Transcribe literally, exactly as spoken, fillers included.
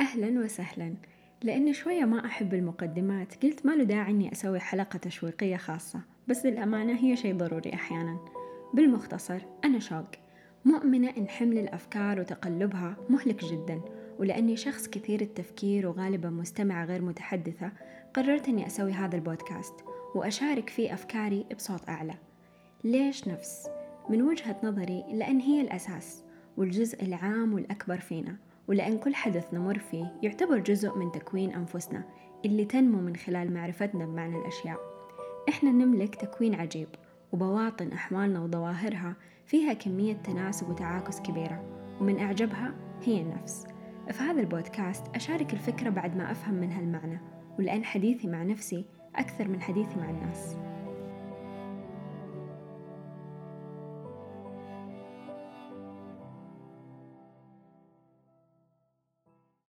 أهلا وسهلا. لأني شوية ما أحب المقدمات قلت ما له داعي أني أسوي حلقة تشويقية خاصة، بس للأمانة هي شيء ضروري أحيانا. بالمختصر أنا شوق، مؤمنة إن حمل الأفكار وتقلبها مهلك جدا، ولأني شخص كثير التفكير وغالبا مستمعة غير متحدثة قررت أني أسوي هذا البودكاست وأشارك فيه أفكاري بصوت أعلى. ليش نفس؟ من وجهة نظري لأن هي الأساس والجزء العام والأكبر فينا، ولأن كل حدث نمر فيه يعتبر جزء من تكوين أنفسنا اللي تنمو من خلال معرفتنا بمعنى الأشياء. إحنا نملك تكوين عجيب، وبواطن أحوالنا وظواهرها فيها كمية تناسب وتعاكس كبيرة، ومن أعجبها هي النفس. في هذا البودكاست أشارك الفكرة بعد ما أفهم منها المعنى، ولأن حديثي مع نفسي أكثر من حديثي مع الناس.